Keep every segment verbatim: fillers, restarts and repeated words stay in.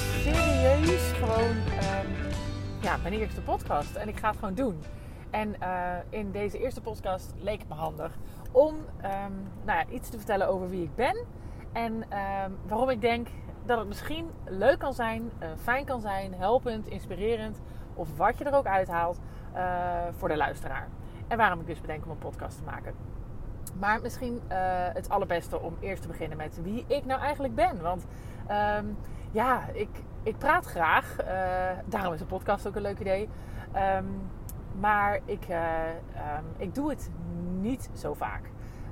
serieus gewoon um, ja, mijn eerste podcast. En ik ga het gewoon doen. En uh, in deze eerste podcast leek het me handig om um, nou ja, iets te vertellen over wie ik ben. En um, waarom ik denk dat het misschien leuk kan zijn, uh, fijn kan zijn, helpend, inspirerend. Of wat je er ook uithaalt uh, voor de luisteraar. En waarom ik dus bedenk om een podcast te maken. Maar misschien uh, het allerbeste om eerst te beginnen met wie ik nou eigenlijk ben. Want um, ja, ik, ik praat graag. Uh, daarom is een podcast ook een leuk idee. Um, maar ik, uh, um, ik doe het niet zo vaak.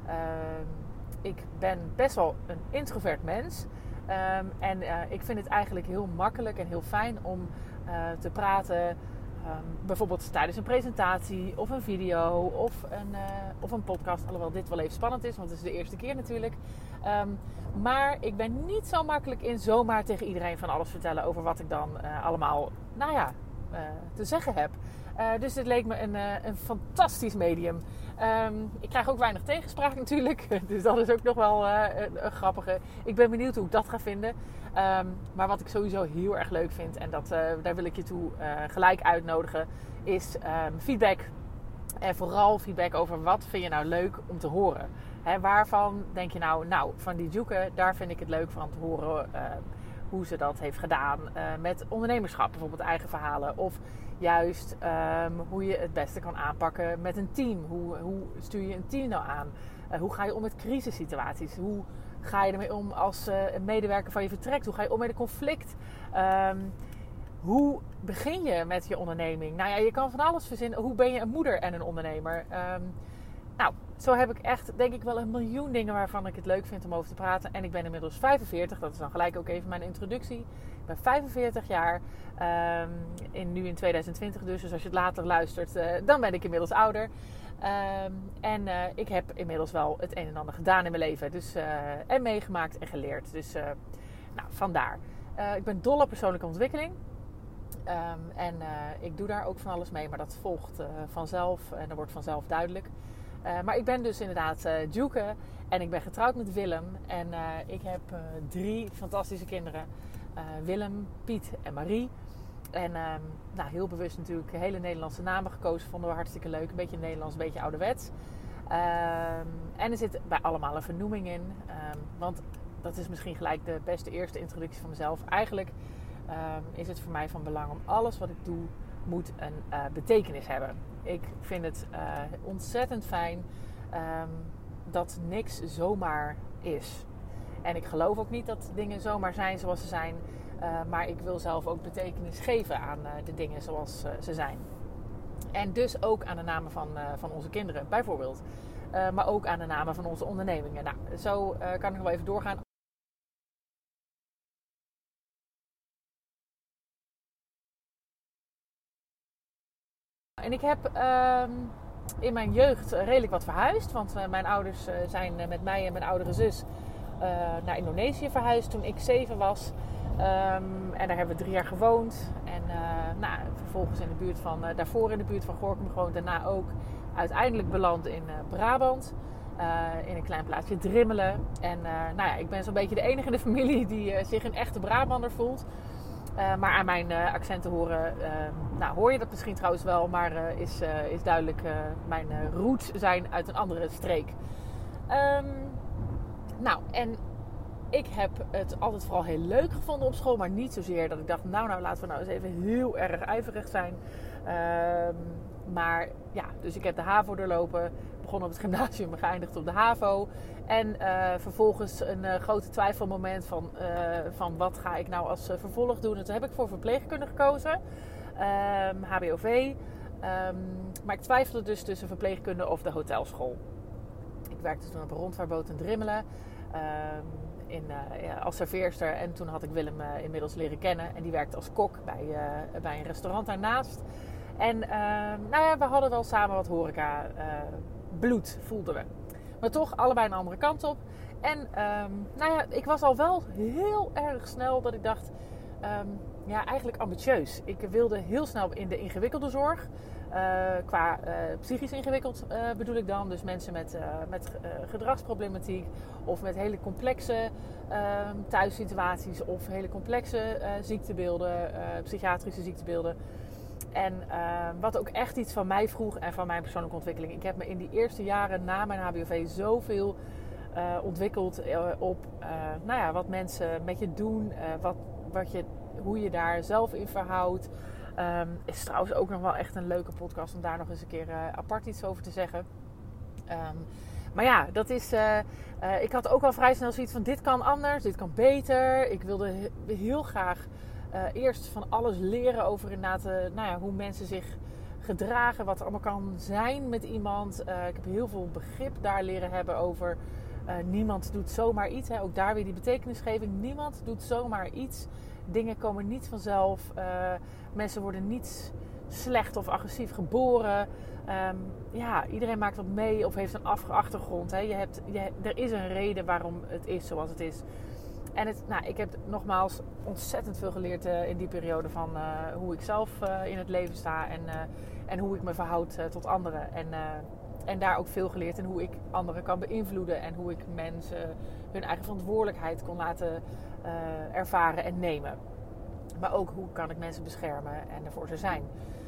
Um, ik ben best wel een introvert mens. Um, en uh, ik vind het eigenlijk heel makkelijk en heel fijn om uh, te praten. Um, bijvoorbeeld tijdens een presentatie of een video of een, uh, of een podcast. Alhoewel dit wel even spannend is, want het is de eerste keer natuurlijk. Um, maar ik ben niet zo makkelijk in zomaar tegen iedereen van alles vertellen over wat ik dan uh, allemaal, nou ja, uh, te zeggen heb. Uh, dus dit leek me een, uh, een fantastisch medium. Um, ik krijg ook weinig tegenspraak natuurlijk. Dus dat is ook nog wel uh, een, een grappige. Ik ben benieuwd hoe ik dat ga vinden. Um, maar wat ik sowieso heel erg leuk vind, en dat, uh, daar wil ik je toe uh, gelijk uitnodigen, is um, feedback. En vooral feedback over wat vind je nou leuk om te horen. He, waarvan denk je nou, nou, van die Djoeke, daar vind ik het leuk van te horen uh, hoe ze dat heeft gedaan. Uh, met ondernemerschap, bijvoorbeeld eigen verhalen. Of juist um, hoe je het beste kan aanpakken met een team. Hoe, hoe stuur je een team nou aan? Uh, hoe ga je om met crisissituaties? Hoe ga je ermee om als uh, een medewerker van je vertrekt? Hoe ga je om met een conflict? Um, hoe begin je met je onderneming? Nou ja, je kan van alles verzinnen. Hoe ben je een moeder en een ondernemer? Um, nou, zo heb ik echt, denk ik wel, een miljoen dingen waarvan ik het leuk vind om over te praten. En ik ben inmiddels vijfenveertig. Dat is dan gelijk ook even mijn introductie. Ik ben vijfenveertig jaar. Um, in, nu in tweeduizend twintig dus. Dus als je het later luistert, uh, dan ben ik inmiddels ouder. Um, en uh, ik heb inmiddels wel het een en ander gedaan in mijn leven. Dus, uh, en meegemaakt en geleerd. Dus uh, nou, vandaar. Uh, ik ben dol op persoonlijke ontwikkeling. Um, en uh, ik doe daar ook van alles mee. Maar dat volgt uh, vanzelf. En dat wordt vanzelf duidelijk. Uh, maar ik ben dus inderdaad uh, Djoeke. En ik ben getrouwd met Willem. En uh, ik heb uh, drie fantastische kinderen. Uh, Willem, Piet en Marie. En um, nou, heel bewust natuurlijk hele Nederlandse namen gekozen. Vonden we hartstikke leuk. Een beetje Nederlands, een beetje ouderwets. Um, en er zit bij allemaal een vernoeming in. Um, want dat is misschien gelijk de beste eerste introductie van mezelf. Eigenlijk um, is het voor mij van belang om alles wat ik doe moet een uh, betekenis hebben. Ik vind het uh, ontzettend fijn um, dat niks zomaar is. En ik geloof ook niet dat dingen zomaar zijn zoals ze zijn. Uh, maar ik wil zelf ook betekenis geven aan uh, de dingen zoals uh, ze zijn. En dus ook aan de namen van, uh, van onze kinderen, bijvoorbeeld. Uh, maar ook aan de namen van onze ondernemingen. Nou, zo uh, kan ik nog wel even doorgaan. En ik heb uh, in mijn jeugd redelijk wat verhuisd. Want uh, mijn ouders uh, zijn uh, met mij en mijn oudere zus uh, naar Indonesië verhuisd toen ik zeven was. Um, en daar hebben we drie jaar gewoond. En uh, nou, vervolgens in de buurt van, uh, daarvoor in de buurt van Gorinchem gewoond. Daarna ook uiteindelijk beland in uh, Brabant. Uh, in een klein plaatsje Drimmelen. En uh, nou ja, ik ben zo'n beetje de enige in de familie die uh, zich een echte Brabander voelt. Uh, maar aan mijn uh, accenten horen, uh, nou hoor je dat misschien trouwens wel. Maar uh, is, uh, is duidelijk, uh, mijn uh, roots zijn uit een andere streek. Um, nou, en ik heb het altijd vooral heel leuk gevonden op school. Maar niet zozeer dat ik dacht, nou, nou laten we nou eens even heel erg ijverig zijn. Um, maar ja, dus ik heb de HAVO doorlopen. Begonnen op het gymnasium en geëindigd op de HAVO. En uh, vervolgens een uh, grote twijfelmoment van, uh, van wat ga ik nou als uh, vervolg doen. En toen heb ik voor verpleegkunde gekozen. Um, H B O V. Um, maar ik twijfelde dus tussen verpleegkunde of de hotelschool. Ik werkte toen op een rondvaartboot in Drimmelen. Um, in, uh, ja, als serveerster. En toen had ik Willem uh, inmiddels leren kennen. En die werkte als kok bij, uh, bij een restaurant daarnaast. En uh, nou ja, we hadden wel samen wat horeca uh, bloed, voelden we. Maar toch allebei een andere kant op. En um, nou ja, ik was al wel heel erg snel dat ik dacht... um, ja, eigenlijk ambitieus. Ik wilde heel snel in de ingewikkelde zorg. Uh, qua uh, psychisch ingewikkeld uh, bedoel ik dan. Dus mensen met, uh, met uh, gedragsproblematiek of met hele complexe uh, thuissituaties of hele complexe uh, ziektebeelden, uh, psychiatrische ziektebeelden. En uh, wat ook echt iets van mij vroeg en van mijn persoonlijke ontwikkeling. Ik heb me in die eerste jaren na mijn H B O V zoveel uh, ontwikkeld uh, op uh, nou ja, wat mensen met je doen, uh, wat, wat je, hoe je daar zelf in verhoudt. Um, is trouwens ook nog wel echt een leuke podcast om daar nog eens een keer uh, apart iets over te zeggen. Um, maar ja, dat is. Uh, uh, ik had ook al vrij snel zoiets van: dit kan anders, dit kan beter. Ik wilde he- heel graag uh, eerst van alles leren over inderdaad, uh, nou ja, hoe mensen zich gedragen, wat er allemaal kan zijn met iemand. Uh, ik heb heel veel begrip daar leren hebben over. Uh, niemand doet zomaar iets. Hè. Ook daar weer die betekenisgeving. Niemand doet zomaar iets. Dingen komen niet vanzelf. Uh, mensen worden niet slecht of agressief geboren. Um, ja, iedereen maakt wat mee of heeft een afge- achtergrond. Hè. Je hebt, je, er is een reden waarom het is zoals het is. En het, nou, ik heb nogmaals ontzettend veel geleerd uh, in die periode van uh, hoe ik zelf uh, in het leven sta. En, uh, en hoe ik me verhoud uh, tot anderen. En, uh, en daar ook veel geleerd in hoe ik anderen kan beïnvloeden. En hoe ik mensen hun eigen verantwoordelijkheid kon laten uh, ervaren en nemen. Maar ook hoe kan ik mensen beschermen en er voor ze zijn.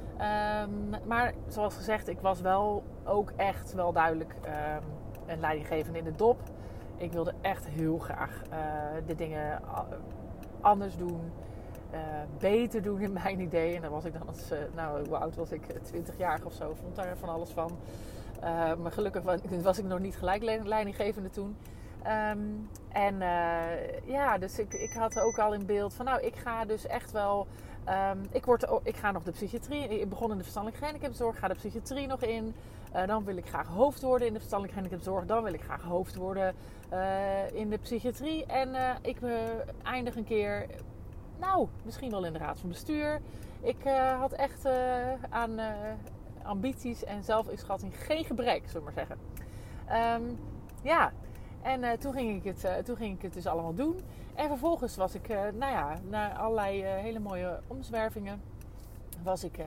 Um, maar zoals gezegd, ik was wel ook echt wel duidelijk um, een leidinggevende in de dop. Ik wilde echt heel graag uh, de dingen anders doen. Uh, beter doen in mijn idee. En dan was ik dan als, uh, nou hoe oud was ik? twintig jaar of zo. Vond daar van alles van. Uh, maar gelukkig was ik nog niet gelijk leidinggevende toen. Um, en uh, ja, dus ik, ik had ook al in beeld van nou, ik ga dus echt wel... Um, ik, word, ik ga nog de psychiatrie... Ik begon in de verstandelijke gehandicaptenzorg, ga de psychiatrie nog in. Uh, dan wil ik graag hoofd worden in de verstandelijke gehandicaptenzorg. Dan wil ik graag hoofd worden uh, in de psychiatrie. En uh, ik uh, eindig een keer... Nou, misschien wel in de raad van bestuur. Ik uh, had echt uh, aan uh, ambities en zelfinschatting geen gebrek, zullen we maar zeggen. Um, ja... En uh, toen, ging ik het, uh, toen ging ik het dus allemaal doen. En vervolgens was ik, uh, nou ja, na allerlei uh, hele mooie omzwervingen, was ik uh,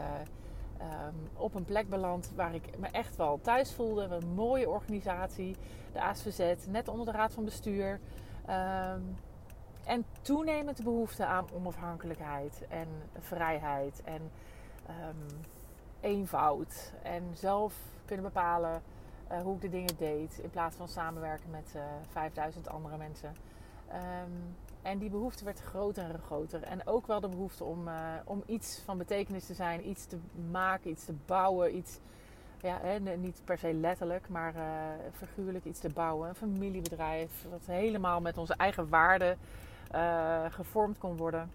um, op een plek beland waar ik me echt wel thuis voelde. Een mooie organisatie, de A S V Z, net onder de raad van bestuur. Um, en toenemend de behoefte aan onafhankelijkheid en vrijheid en um, eenvoud. En zelf kunnen bepalen... Uh, hoe ik de dingen deed in plaats van samenwerken met uh, vijfduizend andere mensen. Um, en die behoefte werd groter en groter. En ook wel de behoefte om, uh, om iets van betekenis te zijn, iets te maken, iets te bouwen. Iets, ja, hè, niet per se letterlijk, maar uh, figuurlijk iets te bouwen. Een familiebedrijf dat helemaal met onze eigen waarden uh, gevormd kon worden.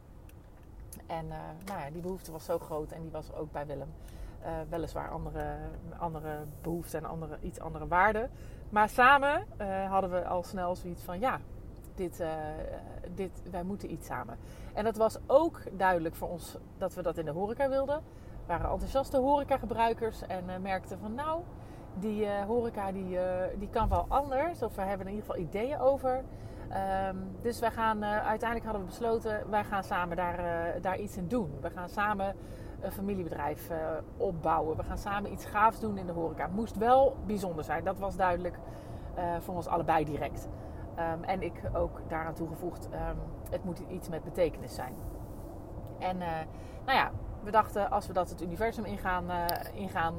En uh, nou ja, die behoefte was zo groot en die was ook bij Willem. Uh, weliswaar andere, andere behoeften en andere, iets andere waarden. Maar samen uh, hadden we al snel zoiets van... ja, dit, uh, dit, wij moeten iets samen. En dat was ook duidelijk voor ons dat we dat in de horeca wilden. We waren enthousiaste horecagebruikers en uh, merkten van... nou, die uh, horeca die, uh, die kan wel anders. Of we hebben er in ieder geval ideeën over. Um, dus wij gaan, uh, uiteindelijk hadden we besloten... wij gaan samen daar, uh, daar iets in doen. We gaan samen... een familiebedrijf uh, opbouwen. We gaan samen iets gaafs doen in de horeca. Het moest wel bijzonder zijn. Dat was duidelijk uh, voor ons allebei direct. Um, en ik ook daaraan toegevoegd, um, het moet iets met betekenis zijn. En uh, nou ja, we dachten als we dat het universum ingaan, uh, ingaan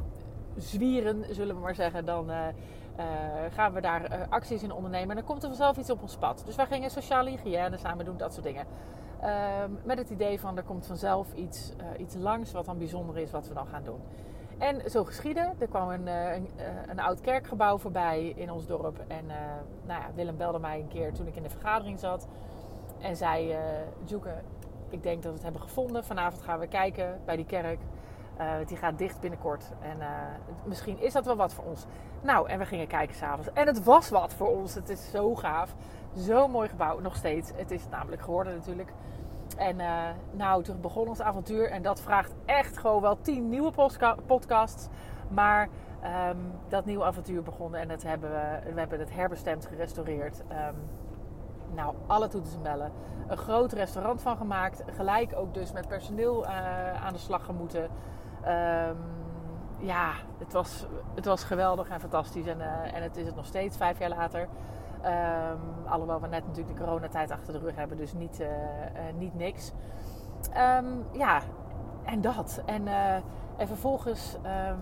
zwieren, zullen we maar zeggen, dan uh, uh, gaan we daar uh, acties in ondernemen. En dan komt er vanzelf iets op ons pad. Dus wij gingen sociale hygiëne samen doen, dat soort dingen. Um, met het idee van er komt vanzelf iets, uh, iets langs wat dan bijzonder is wat we dan gaan doen. En zo geschiedde. Er kwam een, uh, een, uh, een oud kerkgebouw voorbij in ons dorp. En uh, nou ja, Willem belde mij een keer toen ik in de vergadering zat. En zei, uh, Joeke, ik denk dat we het hebben gevonden. Vanavond gaan we kijken bij die kerk. Uh, die gaat dicht binnenkort. En uh, misschien is dat wel wat voor ons. Nou, en we gingen kijken s'avonds. En het was wat voor ons. Het is zo gaaf. Zo'n mooi gebouw. Nog steeds. Het is het namelijk geworden natuurlijk. En uh, nou, toen begon ons avontuur. En dat vraagt echt gewoon wel tien nieuwe postka- podcasts. Maar um, dat nieuwe avontuur begon. En dat hebben we, we hebben het herbestemd, gerestaureerd. Um, Nou, alle toeters en bellen. Een groot restaurant van gemaakt. Gelijk ook dus met personeel uh, aan de slag gemoeten. Um, ja, het was, het was geweldig en fantastisch. En, uh, en het is het nog steeds, vijf jaar later. Um, alhoewel we net natuurlijk de coronatijd achter de rug hebben. Dus niet, uh, uh, niet niks. Um, ja, en dat. En, uh, en vervolgens um,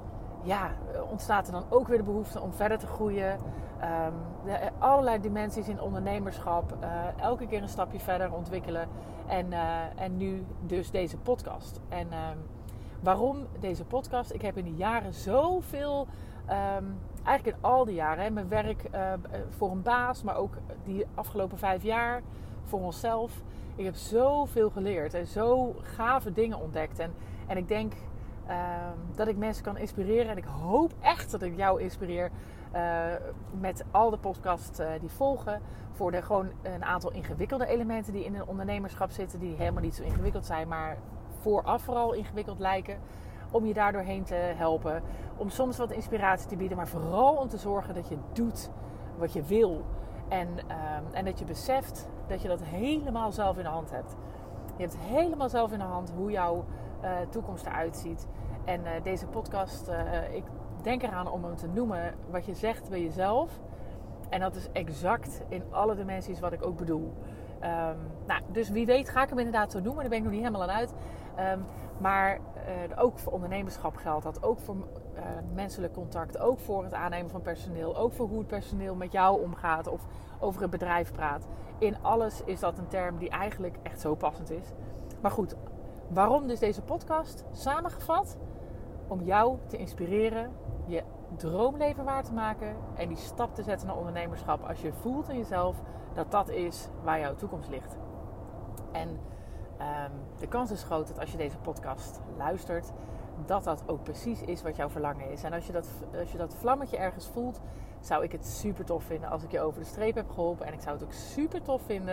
ja, ontstaat er dan ook weer de behoefte om verder te groeien. Um, de, allerlei dimensies in ondernemerschap. Uh, elke keer een stapje verder ontwikkelen. En, uh, en nu dus deze podcast. En um, waarom deze podcast? Ik heb in die jaren zoveel... Um, eigenlijk in al die jaren. Hè, mijn werk uh, voor een baas. Maar ook die afgelopen vijf jaar voor onszelf. Ik heb zoveel geleerd. En zo gave dingen ontdekt. En, en ik denk... Uh, dat ik mensen kan inspireren. En ik hoop echt dat ik jou inspireer uh, met al de podcasts uh, die volgen. Voor de, gewoon een aantal ingewikkelde elementen die in een ondernemerschap zitten. Die helemaal niet zo ingewikkeld zijn. Maar vooraf vooral ingewikkeld lijken. Om je daardoor heen te helpen. Om soms wat inspiratie te bieden. Maar vooral om te zorgen dat je doet wat je wil. En, uh, en dat je beseft dat je dat helemaal zelf in de hand hebt. Je hebt helemaal zelf in de hand hoe jouw uh, toekomst eruit ziet. En uh, deze podcast, uh, ik denk eraan om hem te noemen wat je zegt bij jezelf. En dat is exact in alle dimensies wat ik ook bedoel. Um, nou, dus wie weet ga ik hem inderdaad zo noemen. Daar ben ik nog niet helemaal aan uit. Um, maar uh, ook voor ondernemerschap geldt dat. Ook voor uh, menselijk contact. Ook voor het aannemen van personeel. Ook voor hoe het personeel met jou omgaat. Of over het bedrijf praat. In alles is dat een term die eigenlijk echt zo passend is. Maar goed, waarom dus deze podcast? Samengevat, om jou te inspireren, je droomleven waar te maken en die stap te zetten naar ondernemerschap als je voelt in jezelf dat dat is waar jouw toekomst ligt. En um, de kans is groot dat als je deze podcast luistert, dat dat ook precies is wat jouw verlangen is. En als je dat, als je dat vlammetje ergens voelt, zou ik het super tof vinden als ik je over de streep heb geholpen. En ik zou het ook super tof vinden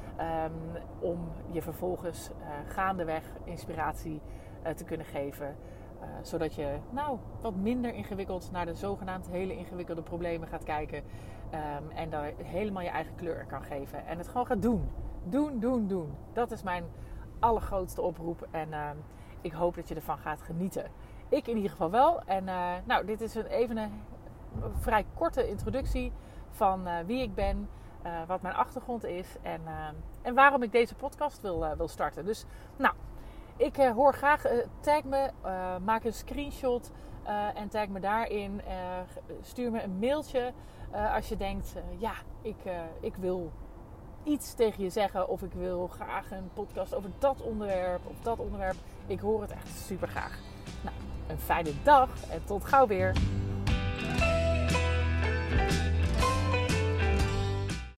um, om je vervolgens uh, gaandeweg inspiratie uh, te kunnen geven. Uh, zodat je nou wat minder ingewikkeld naar de zogenaamd hele ingewikkelde problemen gaat kijken. Um, en daar helemaal je eigen kleur kan geven. En het gewoon gaat doen. Doen, doen, doen. Dat is mijn allergrootste oproep. En uh, ik hoop dat je ervan gaat genieten. Ik in ieder geval wel. En uh, nou, dit is een, even een vrij korte introductie van uh, wie ik ben. Uh, wat mijn achtergrond is. En, uh, en waarom ik deze podcast wil, uh, wil starten. Dus nou... Ik uh, hoor graag, uh, tag me, uh, maak een screenshot uh, en tag me daarin. Uh, stuur me een mailtje uh, als je denkt, uh, ja, ik, uh, ik wil iets tegen je zeggen. Of ik wil graag een podcast over dat onderwerp of dat onderwerp. Ik hoor het echt super graag. Nou, een fijne dag en tot gauw weer.